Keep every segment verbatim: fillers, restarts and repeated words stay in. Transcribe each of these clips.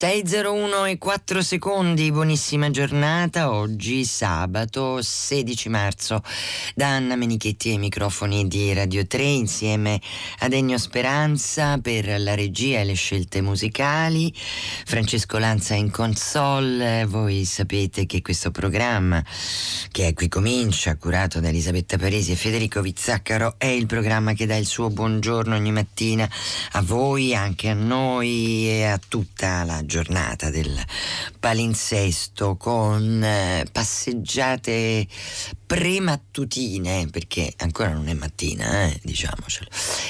sei zero uno e quattro secondi, buonissima giornata, oggi sabato sedici marzo, da Anna Menichetti ai microfoni di Radio tre insieme ad Ennio Speranza per la regia e le scelte musicali, Francesco Lanza in console. Voi sapete che questo programma, che è Qui Comincia, curato da Elisabetta Paresi e Federico Vizzaccaro, è il programma che dà il suo buongiorno ogni mattina a voi, anche a noi e a tutta la giornata del palinsesto, con eh, passeggiate premattutine, perché ancora non è mattina, eh, diciamocelo,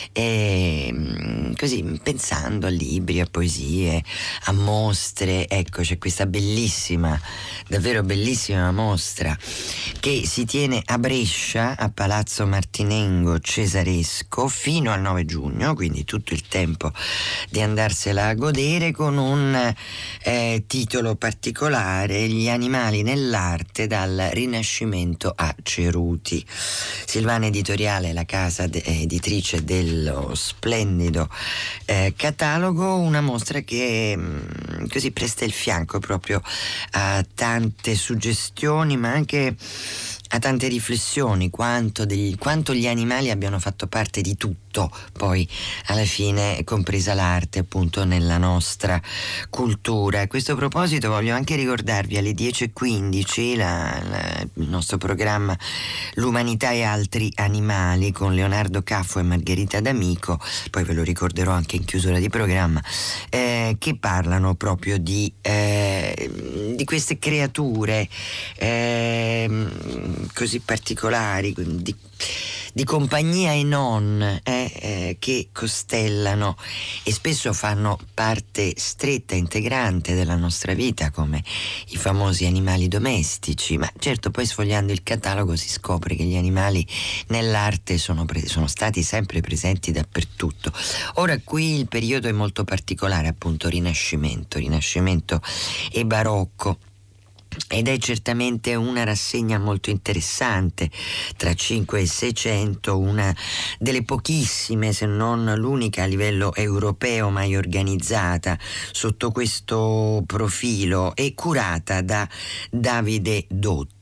e così pensando a libri, a poesie, a mostre. Ecco, c'è questa bellissima, davvero bellissima mostra che si tiene a Brescia, a Palazzo Martinengo Cesaresco, fino al nove giugno, quindi tutto il tempo di andarsela a godere, con un eh, titolo particolare: Gli animali nell'arte dal Rinascimento a Ceruti. Silvana Editoriale è la casa de- editrice dello splendido eh, catalogo, una mostra che mh, così presta il fianco proprio a tante suggestioni, ma anche a tante riflessioni, quanto, degli, quanto gli animali abbiano fatto parte di tutto, poi alla fine, compresa l'arte, appunto, nella nostra cultura. A questo proposito voglio anche ricordarvi alle dieci e quindici la, la, il nostro programma L'umanità e altri animali con Leonardo Caffo e Margherita D'Amico, poi ve lo ricorderò anche in chiusura di programma, eh, che parlano proprio di, eh, di queste creature eh, così particolari, di, di compagnia e non, eh, eh, che costellano e spesso fanno parte stretta, integrante della nostra vita, come i famosi animali domestici. Ma certo, poi sfogliando il catalogo si scopre che gli animali nell'arte sono, pre- sono stati sempre presenti dappertutto. Ora qui il periodo è molto particolare, appunto Rinascimento, Rinascimento e Barocco. Ed è certamente una rassegna molto interessante, tra cinque e seicento, una delle pochissime, se non l'unica a livello europeo mai organizzata sotto questo profilo, e curata da Davide Dotti.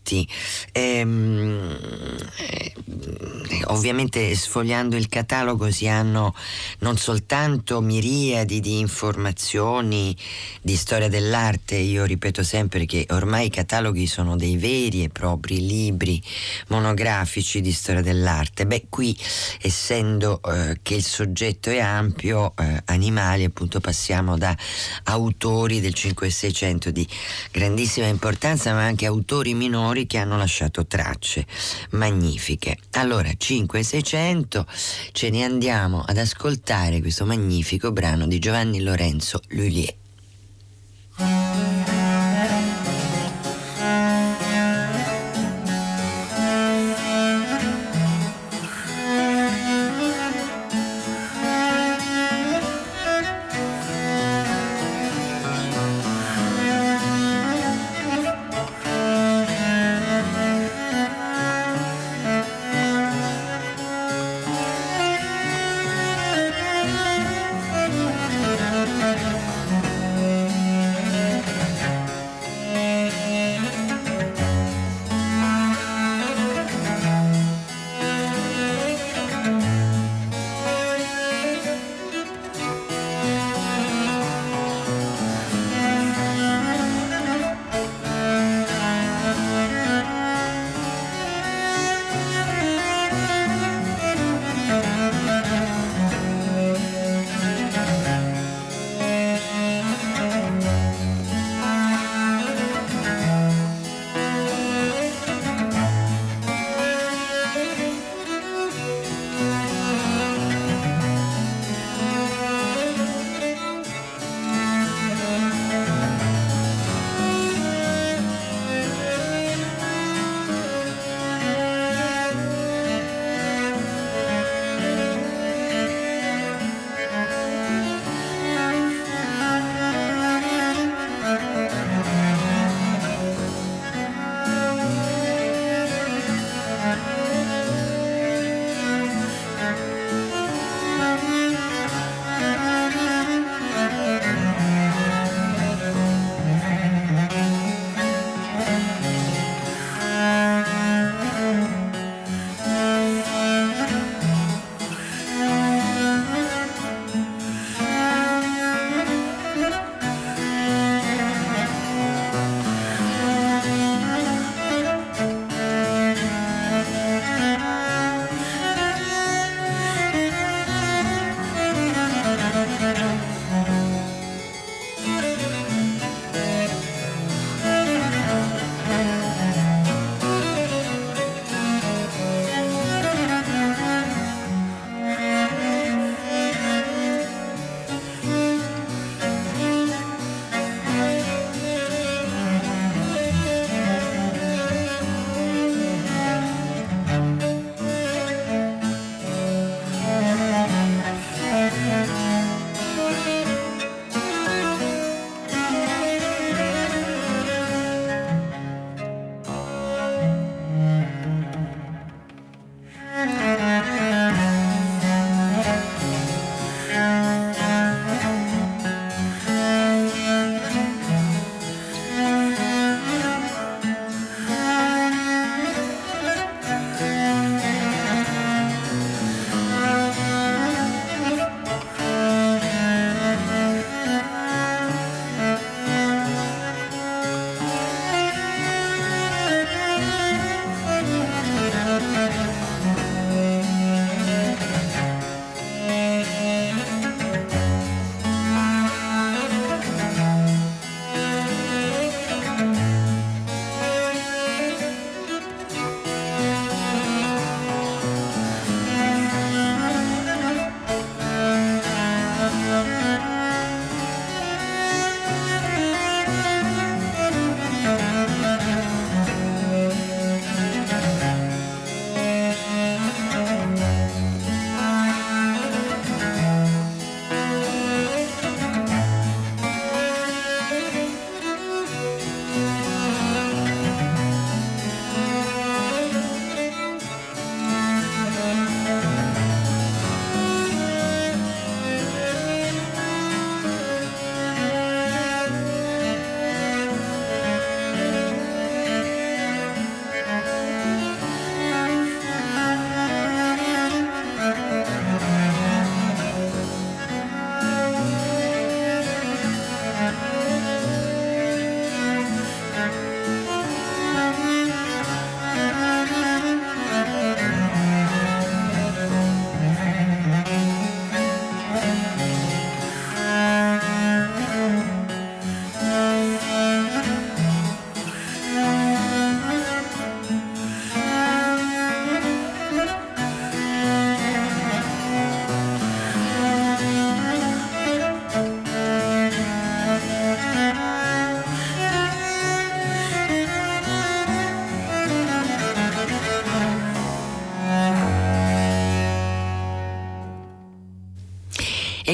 Ehm, eh, ovviamente sfogliando il catalogo si hanno non soltanto miriadi di informazioni di storia dell'arte. Io ripeto sempre che ormai i cataloghi sono dei veri e propri libri monografici di storia dell'arte. Beh, qui, essendo eh, che il soggetto è ampio, eh, animali, appunto, passiamo da autori del cinque e seicento di grandissima importanza, ma anche autori minori che hanno lasciato tracce magnifiche. Allora, cinque e seicento, ce ne andiamo ad ascoltare questo magnifico brano di Giovanni Lorenzo Lullier.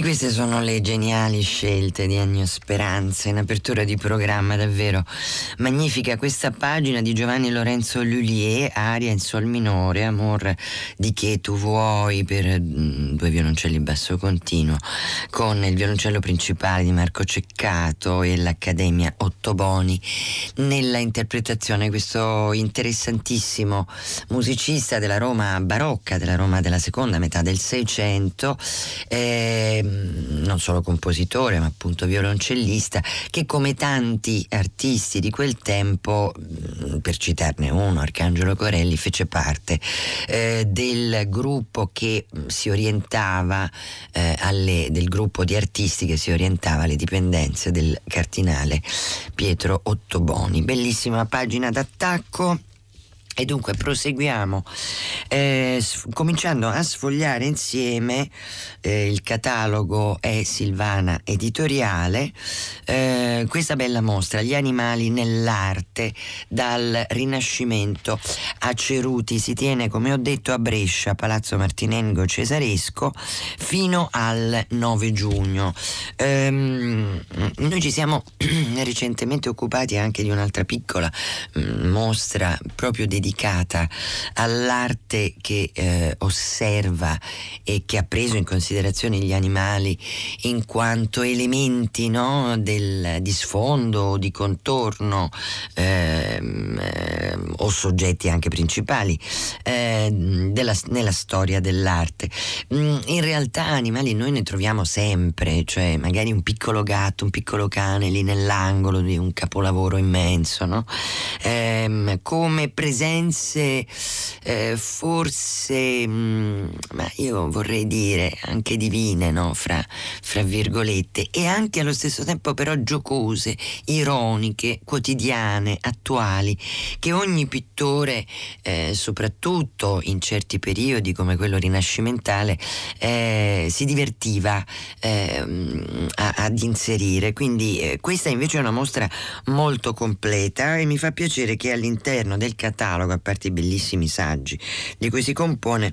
queste sono le geniali scelte di Ennio Speranza in apertura di programma, davvero magnifica questa pagina di Giovanni Lorenzo Lullier, aria in sol minore, Amor di che tu vuoi, per mm, due violoncelli basso continuo, con il violoncello principale di Marco Ceccato e l'Accademia Ottoboni nella interpretazione. Questo interessantissimo musicista della Roma barocca, della Roma della seconda metà del Seicento, eh, non solo compositore ma appunto violoncellista, che come tanti artisti di quel tempo, per citarne uno, Arcangelo Corelli, fece parte eh, del gruppo che si orientava eh, alle, del gruppo di artisti che si orientava alle dipendenze del cardinale Pietro Ottoboni. Bellissima pagina d'attacco. E dunque proseguiamo eh, sf- cominciando a sfogliare insieme eh, il catalogo è Silvana Editoriale, eh, questa bella mostra, Gli animali nell'arte dal Rinascimento a Ceruti, si tiene, come ho detto, a Brescia, Palazzo Martinengo Cesaresco, fino al nove giugno. Ehm, noi ci siamo recentemente occupati anche di un'altra piccola mh, mostra proprio dedicata dedicata all'arte che eh, osserva e che ha preso in considerazione gli animali in quanto elementi, no, del, di sfondo, di contorno ehm, eh, o soggetti anche principali eh, della, nella storia dell'arte. Mm, in realtà animali noi ne troviamo sempre, cioè magari un piccolo gatto, un piccolo cane lì nell'angolo di un capolavoro immenso, no? Ehm, come presenza Eh, forse mh, ma io vorrei dire anche divine, no? fra, fra virgolette, e anche allo stesso tempo però giocose, ironiche, quotidiane, attuali, che ogni pittore eh, soprattutto in certi periodi come quello rinascimentale eh, si divertiva eh, a, ad inserire. Quindi eh, questa invece è una mostra molto completa e mi fa piacere che all'interno del catalogo, a parte i bellissimi saggi di cui si compone,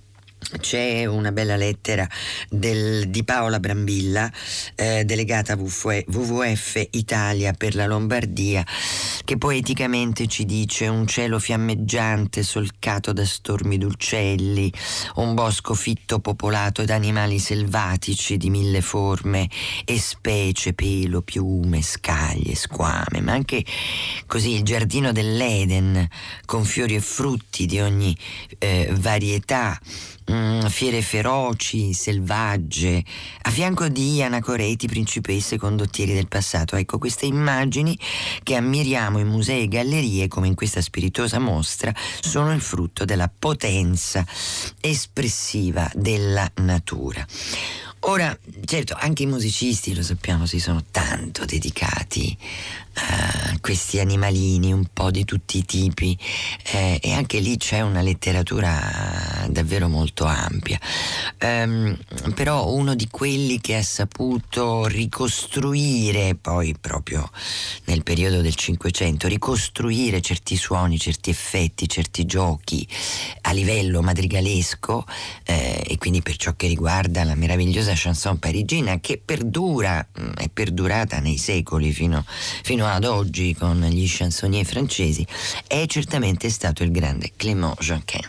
c'è una bella lettera del, di Paola Brambilla, eh, delegata W W F Italia per la Lombardia, che poeticamente ci dice: un cielo fiammeggiante solcato da stormi d'uccelli, un bosco fitto popolato da animali selvatici di mille forme e specie, pelo, piume, scaglie, squame, ma anche così il giardino dell'Eden con fiori e frutti di ogni eh, varietà, Mm, fiere feroci, selvagge, a fianco di anacoreti, principesse e condottieri del passato. Ecco, queste immagini che ammiriamo in musei e gallerie, come in questa spiritosa mostra, sono il frutto della potenza espressiva della natura. Ora, certo, anche i musicisti, lo sappiamo, si sono tanto dedicati a questi animalini, un po' di tutti i tipi, eh, e anche lì c'è una letteratura davvero molto ampia. Um, però uno di quelli che ha saputo ricostruire, poi proprio nel periodo del Cinquecento, ricostruire certi suoni, certi effetti, certi giochi a livello madrigalesco, eh, e quindi per ciò che riguarda la meravigliosa chanson parigina, che perdura, è perdurata nei secoli fino, fino ad oggi con gli chansonnier francesi, è certamente stato il grande Clément Jacquin.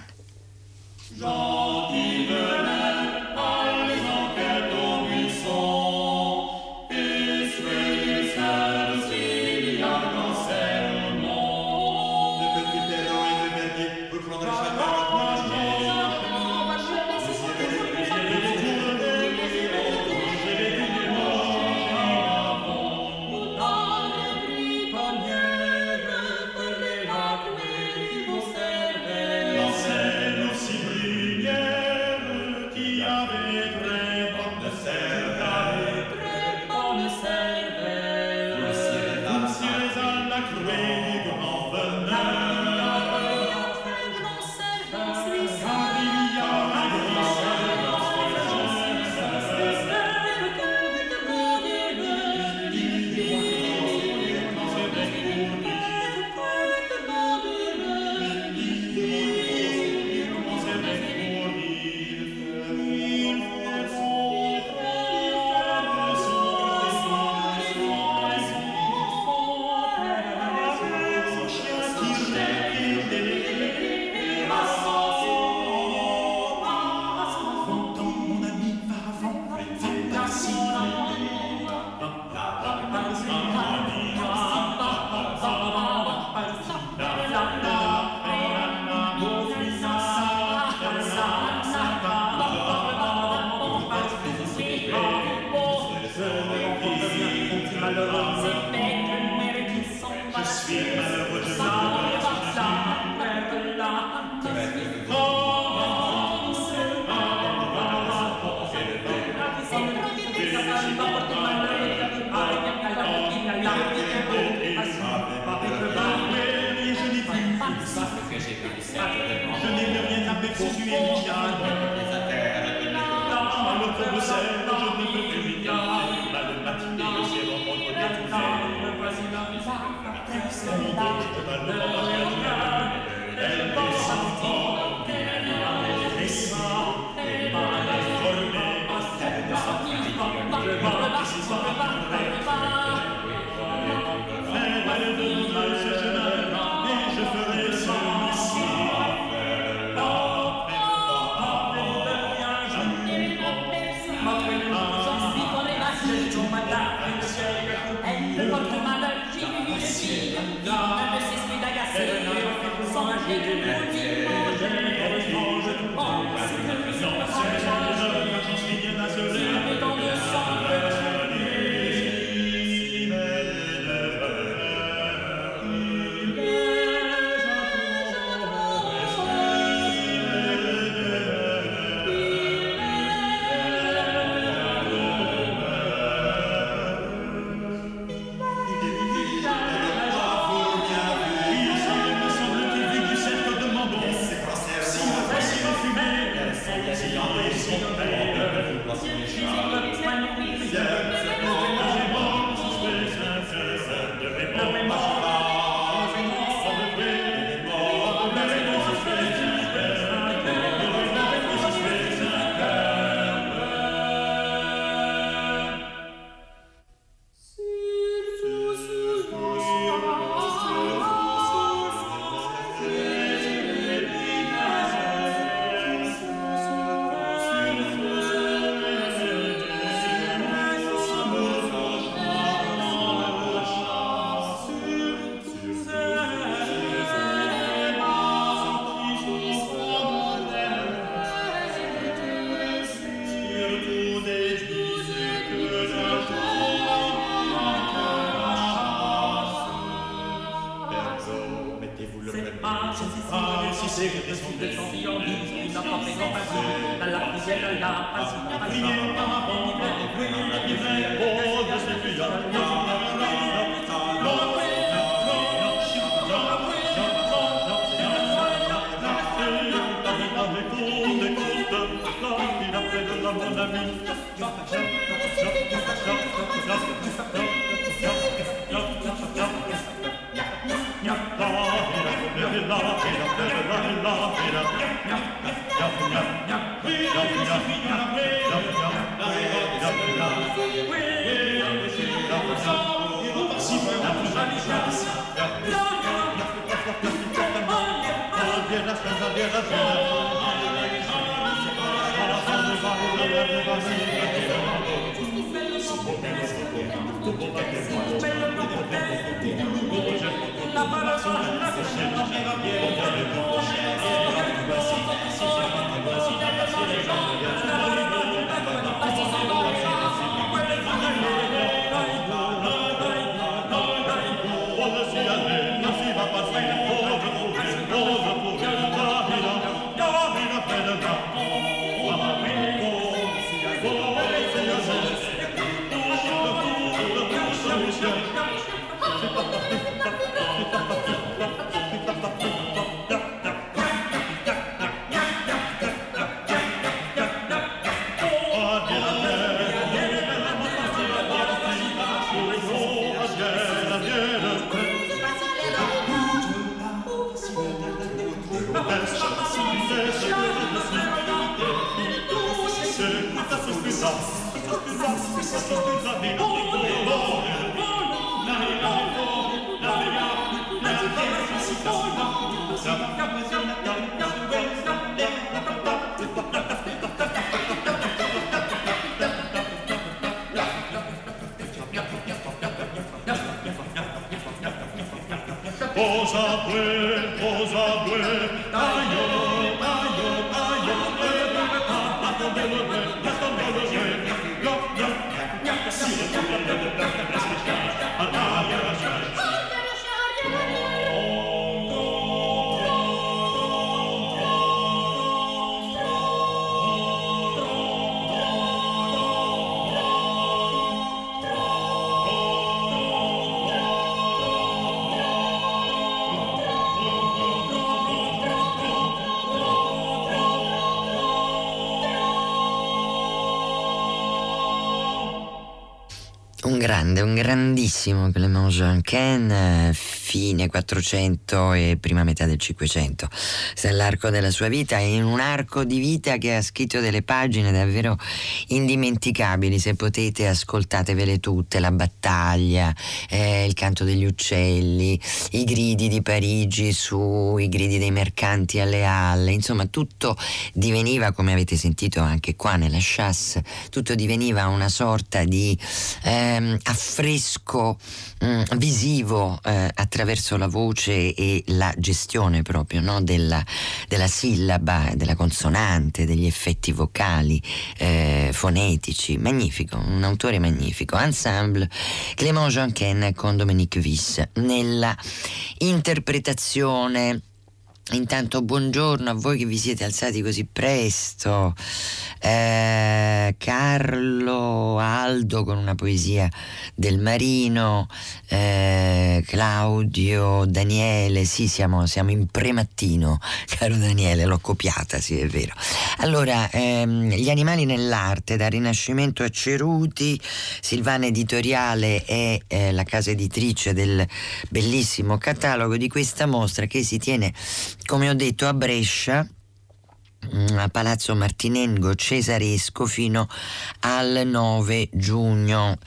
grande, un grandissimo Clément Jonquin, fine quattrocento e prima metà del cinquecento, all'arco della sua vita, in un arco di vita che ha scritto delle pagine davvero indimenticabili. Se potete ascoltatevele tutte: La battaglia, eh, Il canto degli uccelli, I gridi di Parigi sui gridi dei mercanti alle Halle, insomma tutto diveniva, come avete sentito anche qua nella Chasse, tutto diveniva una sorta di ehm, affresco mh, visivo eh, attraverso la voce e la gestione proprio, no? della, della sillaba, della consonante, degli effetti vocali, eh, fonetici. Magnifico, un autore magnifico. Ensemble Clément Jonquin con Dominique Vis nella interpretazione. Intanto buongiorno a voi che vi siete alzati così presto. eh, Carlo Aldo con una poesia del Marino, eh, Claudio, Daniele, sì, siamo, siamo in premattino, caro Daniele, l'ho copiata, sì, è vero. Allora, ehm, gli animali nell'arte, dal Rinascimento a Ceruti. Silvana Editoriale è eh, la casa editrice del bellissimo catalogo di questa mostra, che si tiene, come ho detto, a Brescia, a Palazzo Martinengo Cesaresco, fino al nove giugno.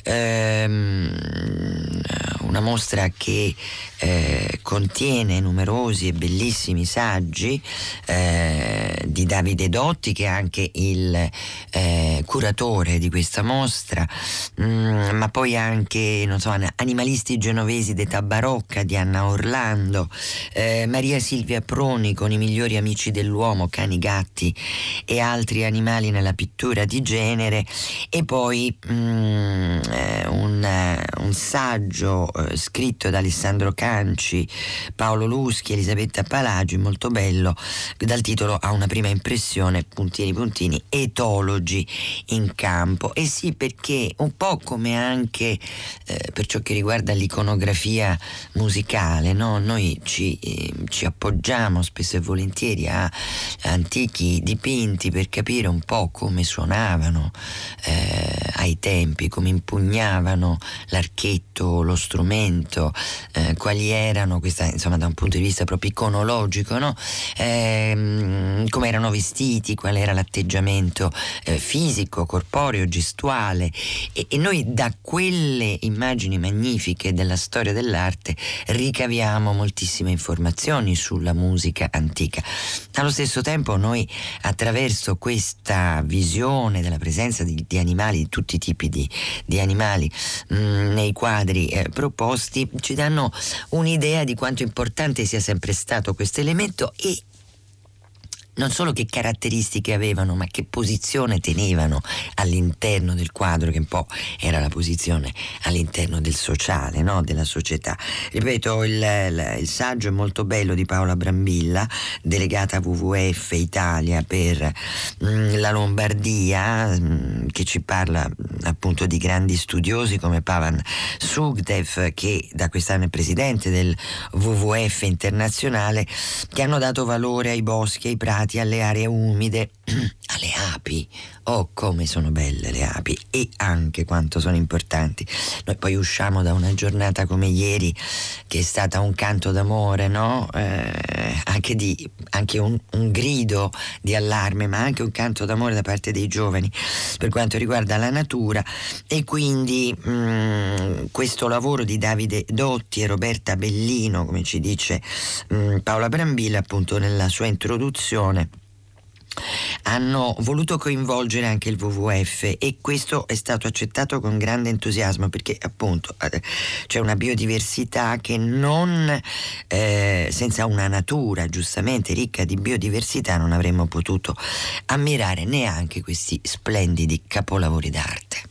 Ehm, una mostra che eh, contiene numerosi e bellissimi saggi eh, di Davide Dotti, che è anche il eh, curatore di questa mostra, mm, ma poi anche, non so, Animalisti genovesi d'età barocca di Anna Orlando, eh, Maria Silvia Proni con I migliori amici dell'uomo, cani, gatti e altri animali nella pittura di genere, e poi mm, eh, un, un saggio eh, scritto da Alessandro Canci, Paolo Luschi, Elisabetta Palagi, molto bello, dal titolo A una prima impressione, puntini puntini, etologi in campo. E sì, perché un po' come anche eh, per ciò che riguarda l'iconografia musicale, no? Noi ci, eh, ci appoggiamo spesso e volentieri a antichi dipinti per capire un po' come suonavano eh, ai tempi, come impugnavano l'archetto, lo strumento, eh, quali erano, questa insomma da un punto di vista proprio iconologico, no? Eh, come erano vestiti, qual era l'atteggiamento eh, fisico, corporeo, gestuale, e, e noi da quelle immagini magnifiche della storia dell'arte ricaviamo moltissime informazioni sulla musica antica. Allo stesso tempo noi, attraverso questa visione della presenza di, di animali, di tutti i tipi di, di animali mh, nei quadri eh, proposti, ci danno un'idea di quanto importante sia sempre stato questo elemento, e non solo che caratteristiche avevano, ma che posizione tenevano all'interno del quadro, che un po' era la posizione all'interno del sociale, no? Della società. Ripeto, il, il, il saggio è molto bello di Paola Brambilla, delegata W W F Italia per mh, la Lombardia, mh, che ci parla appunto di grandi studiosi come Pavan Sukhdev, che da quest'anno è presidente del W W F internazionale, che hanno dato valore ai boschi, ai prati, alle aree umide, alle api. Oh, come sono belle le api, e anche quanto sono importanti. Noi poi usciamo da una giornata come ieri, che è stata un canto d'amore, no? Eh, anche, di, anche un, un grido di allarme, ma anche un canto d'amore da parte dei giovani per quanto riguarda la natura. E quindi mh, questo lavoro di Davide Dotti e Roberta Bellino, come ci dice mh, Paola Brambilla appunto nella sua introduzione, hanno voluto coinvolgere anche il W W F, e questo è stato accettato con grande entusiasmo, perché appunto eh, c'è una biodiversità che non eh, senza una natura giustamente ricca di biodiversità non avremmo potuto ammirare neanche questi splendidi capolavori d'arte.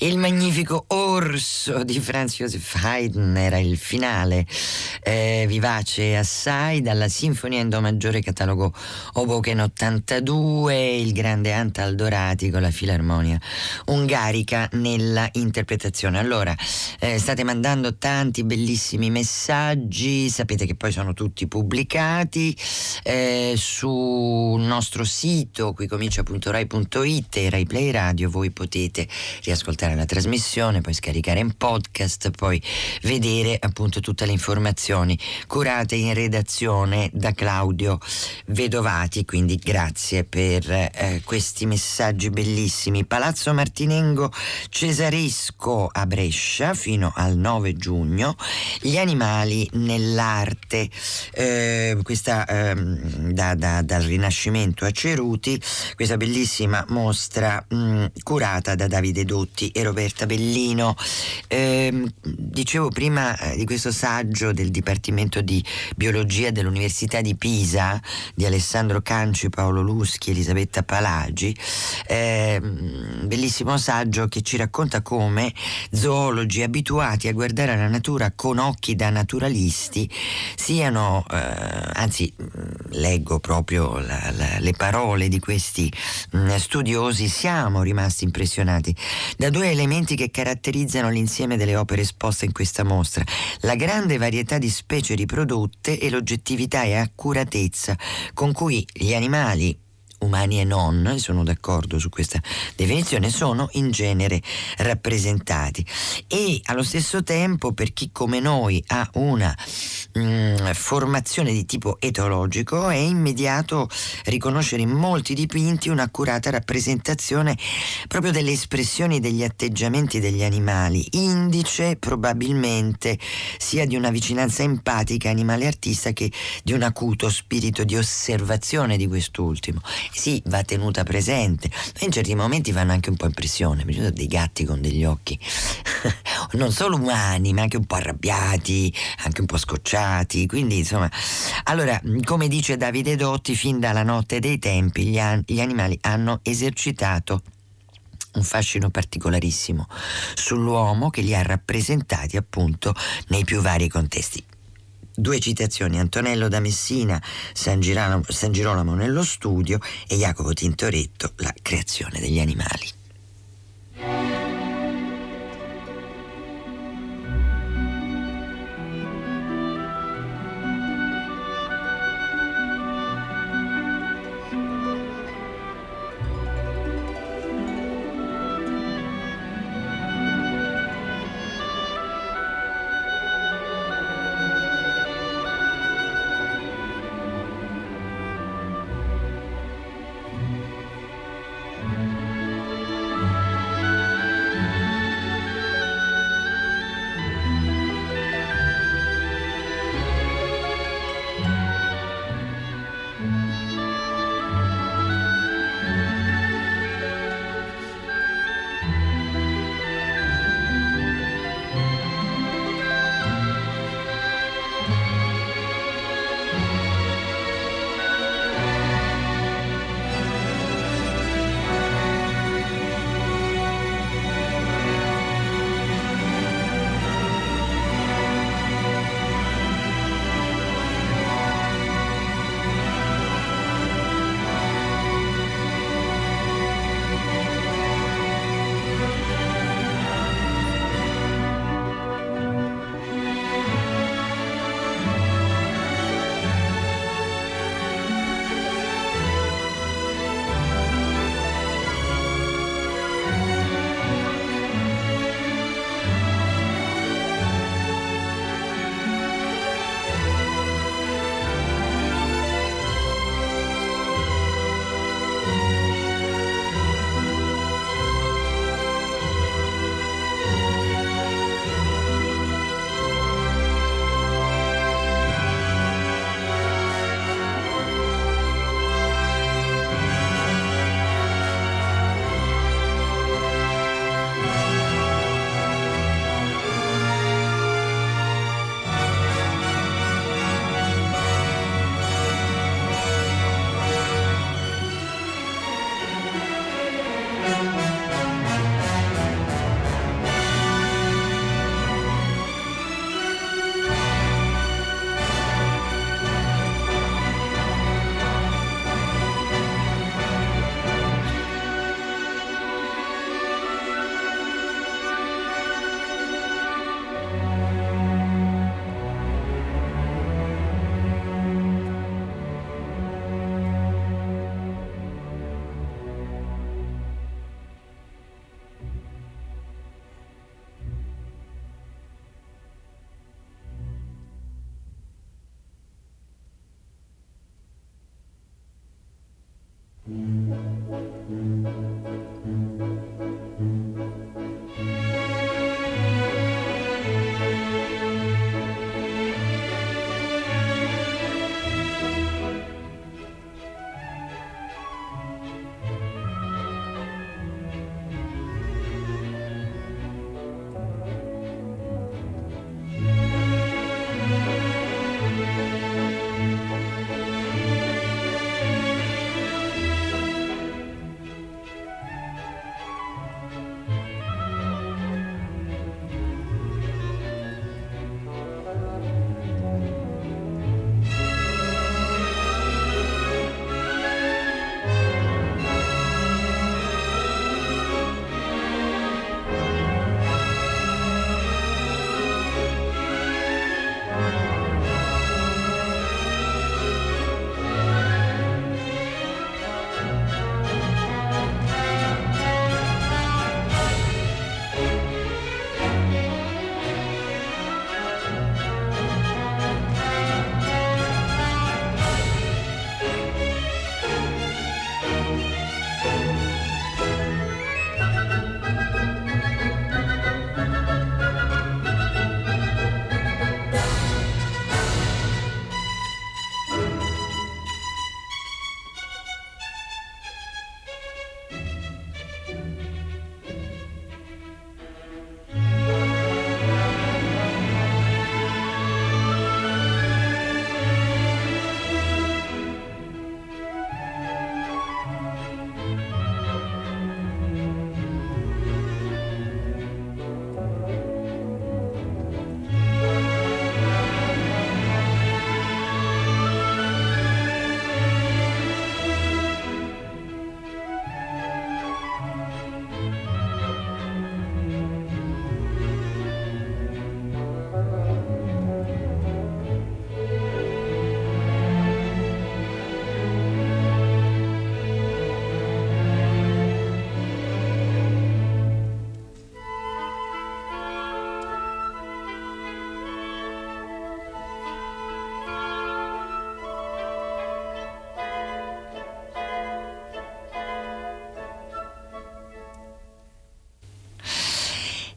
Il magnifico Orso di Franz Joseph Haydn era il finale, eh, vivace assai, dalla Sinfonia in Do maggiore catalogo Hoboken ottantadue, il grande Antal Dorati con la Filarmonia Ungarica nella interpretazione. Allora, eh, state mandando tanti bellissimi messaggi, sapete che poi sono tutti pubblicati eh, sul nostro sito qui comincia punto rai punto it e Rai Play Radio. Voi potete riascoltare la trasmissione, poi scaricare in podcast, poi vedere appunto tutte le informazioni curate in redazione da Claudio Vedovati, quindi grazie per eh, questi messaggi bellissimi. Palazzo Martinengo Cesaresco a Brescia fino al nove giugno, gli animali nell'arte, eh, questa eh, da, da, dal Rinascimento a Ceruti, questa bellissima mostra mh, curata da Davide Dotti e Roberta Bellino. Eh, dicevo prima eh, di questo saggio del Dipartimento di Biologia dell'Università di Pisa di Alessandro Canci, Paolo Luschi, Elisabetta Palagi, eh, bellissimo saggio che ci racconta come zoologi abituati a guardare la natura con occhi da naturalisti siano, eh, anzi leggo proprio la, la, le parole di questi mh, studiosi, siamo rimasti impressionati da due elementi che caratterizzano l'insieme delle opere esposte in questa mostra: la grande varietà di specie riprodotte e l'oggettività e accuratezza con cui gli animali, umani e non, sono d'accordo su questa definizione, sono in genere rappresentati. E allo stesso tempo, per chi come noi ha una mh, formazione di tipo etologico, è immediato riconoscere in molti dipinti un'accurata rappresentazione proprio delle espressioni, degli atteggiamenti degli animali, indice probabilmente sia di una vicinanza empatica animale-artista che di un acuto spirito di osservazione di quest'ultimo. Sì, va tenuta presente, ma in certi momenti fanno anche un po' impressione, perché ci sono dei gatti con degli occhi non solo umani ma anche un po' arrabbiati, anche un po' scocciati, quindi insomma. Allora, come dice Davide Dotti, fin dalla notte dei tempi gli, an- gli animali hanno esercitato un fascino particolarissimo sull'uomo che li ha rappresentati appunto nei più vari contesti. Due citazioni: Antonello da Messina, San Girolamo, San Girolamo nello studio, e Jacopo Tintoretto, La creazione degli animali.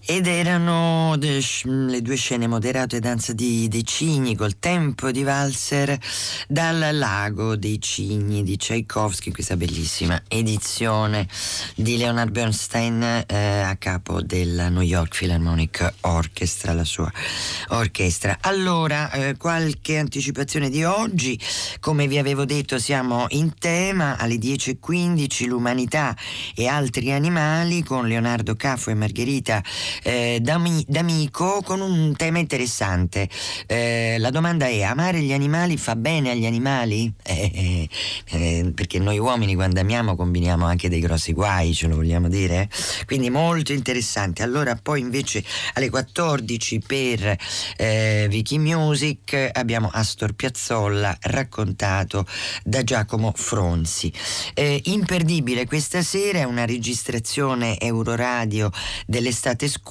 Ed erano de, le due scene moderato e danza di, dei cigni col tempo di valzer dal Lago dei Cigni di Tchaikovsky, questa bellissima edizione di Leonard Bernstein eh, a capo della New York Philharmonic Orchestra, la sua orchestra. Allora, eh, qualche anticipazione di oggi, come vi avevo detto siamo in tema alle dieci e quindici, l'umanità e altri animali con Leonardo Caffo e Margherita Eh, D'Ami- D'Amico, con un tema interessante. Eh, la domanda è: amare gli animali fa bene agli animali? Eh, eh, eh, perché noi uomini quando amiamo combiniamo anche dei grossi guai, ce lo vogliamo dire? Quindi molto interessante. Allora poi invece alle quattordici per eh, Wiki Music abbiamo Astor Piazzolla raccontato da Giacomo Fronzi. Eh, imperdibile questa sera è una registrazione Euroradio dell'estate scorsa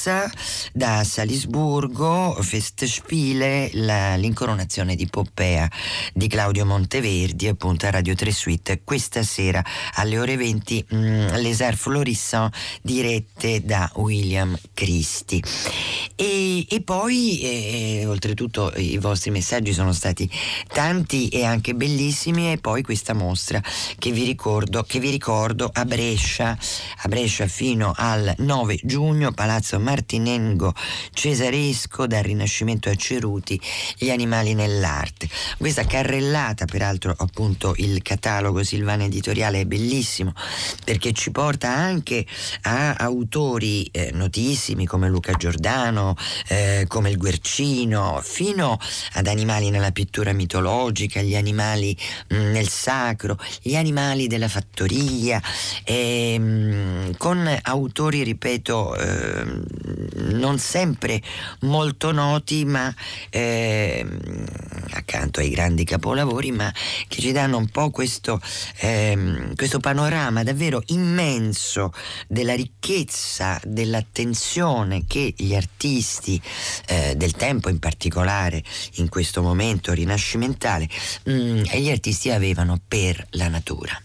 da Salisburgo, Festspiele, la, l'incoronazione di Poppea di Claudio Monteverdi, appunto a Radio tre Suite questa sera alle ore venti, mh, Les Arts Florissants dirette da William Christie. E, e poi eh, oltretutto i vostri messaggi sono stati tanti e anche bellissimi, e poi questa mostra che vi ricordo, che vi ricordo a Brescia, a Brescia fino al nove giugno, Palazzo Martinengo Cesaresco, dal Rinascimento a Ceruti, gli animali nell'arte. Questa carrellata, peraltro appunto il catalogo Silvana Editoriale è bellissimo perché ci porta anche a autori eh, notissimi come Luca Giordano, eh, come il Guercino, fino ad animali nella pittura mitologica, gli animali mh, nel sacro, gli animali della fattoria, e, mh, con autori, ripeto, eh, non sempre molto noti, ma eh, accanto ai grandi capolavori, ma che ci danno un po' questo, eh, questo panorama davvero immenso della ricchezza, dell'attenzione che gli artisti eh, del tempo, in particolare in questo momento rinascimentale, mh, e gli artisti avevano per la natura.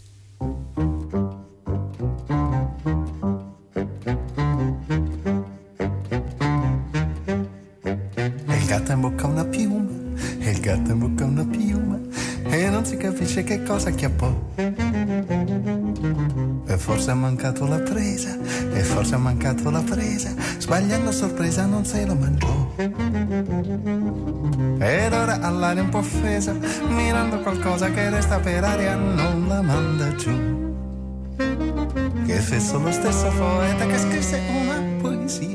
Il gatto in bocca una piuma, e il gatto in bocca una piuma, e non si capisce che cosa acchiappò. E forse ha mancato la presa, e forse ha mancato la presa, sbagliando a sorpresa non se lo mangiò. Ed ora all'aria un po' offesa, mirando qualcosa che resta per aria, non la manda giù. Che fesso lo stesso poeta che scrisse una poesia.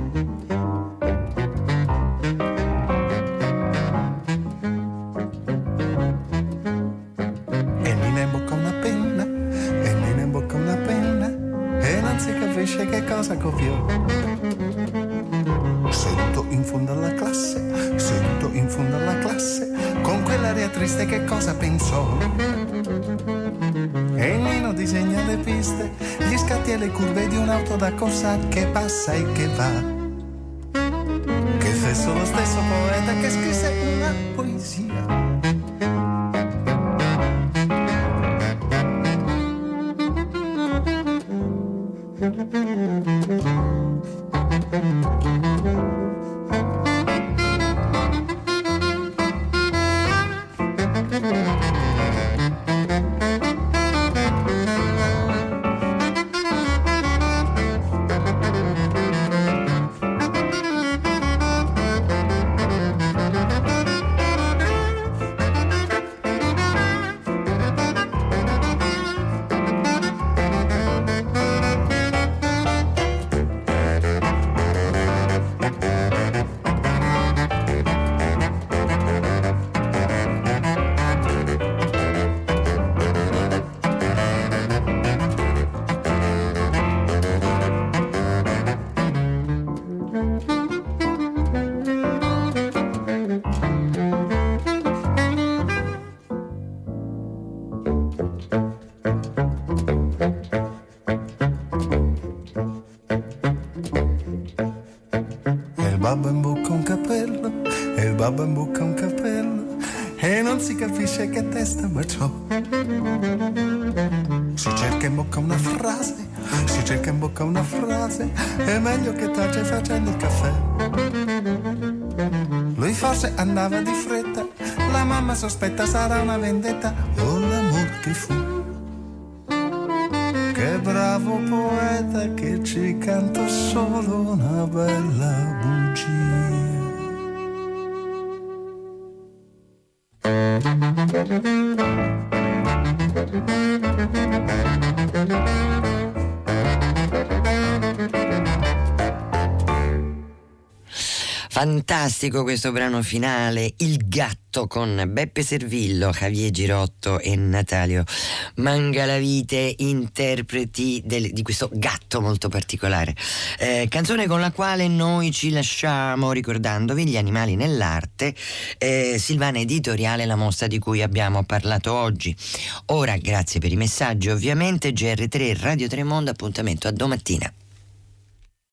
Che cosa copiò? Seduto in fondo alla classe, seduto in fondo alla classe, con quell'aria triste che cosa pensò? E Nino disegna le piste, gli scatti e le curve di un'auto da corsa che passa e che va. Che fesso lo stesso poeta che scrisse una poesia. babbo in bocca un cappello, e il babbo in bocca un cappello, e non si capisce che testa baciò. Si cerca in bocca una frase, si si cerca in bocca una frase, è meglio che tace facendo il caffè. Lui forse andava di fretta, la mamma sospetta sarà una vendetta o l'amor che fu. Che bravo poeta che ci canta solo una bella bugia. Fantastico questo brano finale, Il gatto, con Beppe Servillo, Javier Girotto e Natalio Mangalavite, interpreti del, di questo gatto molto particolare. Eh, canzone con la quale noi ci lasciamo ricordandovi Gli animali nell'arte, eh, Silvana Editoriale, la mostra di cui abbiamo parlato oggi. Ora, grazie per i messaggi ovviamente, G R tre Radio Tremondo, appuntamento a domattina.